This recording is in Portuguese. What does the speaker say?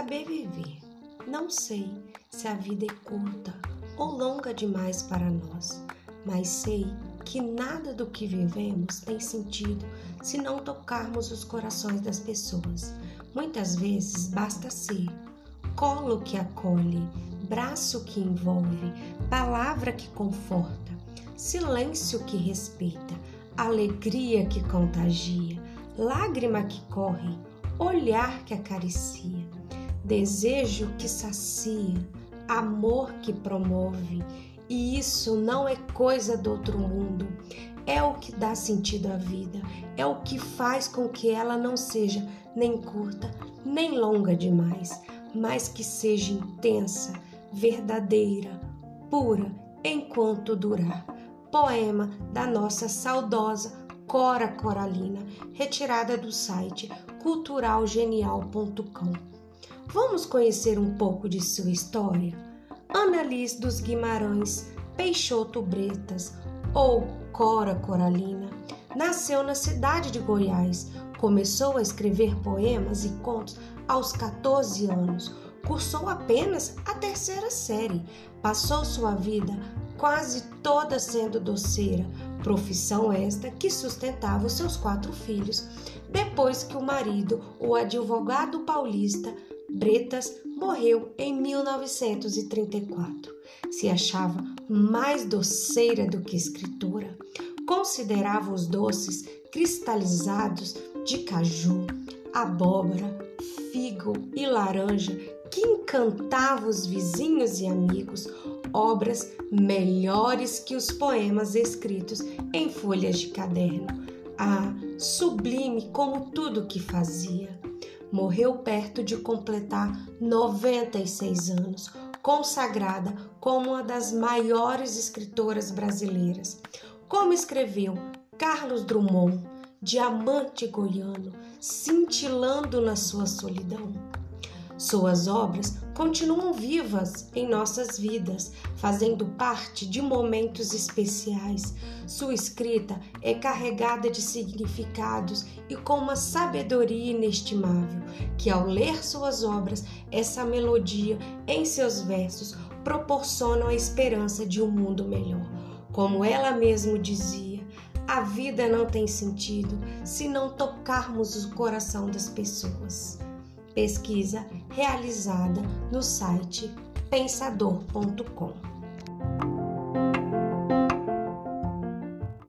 saber viver. Não sei se a vida é curta ou longa demais para nós, mas sei que nada do que vivemos tem sentido se não tocarmos os corações das pessoas. Muitas vezes basta ser colo que acolhe, braço que envolve, palavra que conforta, silêncio que respeita, alegria que contagia, lágrima que corre, olhar que acaricia, desejo que sacia, amor que promove. E isso não é coisa do outro mundo, é o que dá sentido à vida, é o que faz com que ela não seja nem curta, nem longa demais, mas que seja intensa, verdadeira, pura, enquanto durar. Poema da nossa saudosa Cora Coralina, retirada do site culturalgenial.com. Vamos conhecer um pouco de sua história? Ana Liz dos Guimarães Peixoto Bretas, ou Cora Coralina, nasceu na cidade de Goiás. Começou a escrever poemas e contos aos 14 anos. Cursou apenas a 3ª série. Passou sua vida quase toda sendo doceira, profissão esta que sustentava os seus 4 filhos, depois que o marido, o advogado paulista Bretas, morreu em 1934. Se achava mais doceira do que escritora. Considerava os doces cristalizados de caju, abóbora, figo e laranja que encantavam os vizinhos e amigos, obras melhores que os poemas escritos em folhas de caderno. Sublime como tudo que fazia. Morreu perto de completar 96 anos, consagrada como uma das maiores escritoras brasileiras. Como escreveu Carlos Drummond, diamante goiano, cintilando na sua solidão. Suas obras continuam vivas em nossas vidas, fazendo parte de momentos especiais. Sua escrita é carregada de significados e com uma sabedoria inestimável, que ao ler suas obras, essa melodia em seus versos proporciona a esperança de um mundo melhor. Como ela mesma dizia, a vida não tem sentido se não tocarmos o coração das pessoas. Pesquisa realizada no site pensador.com.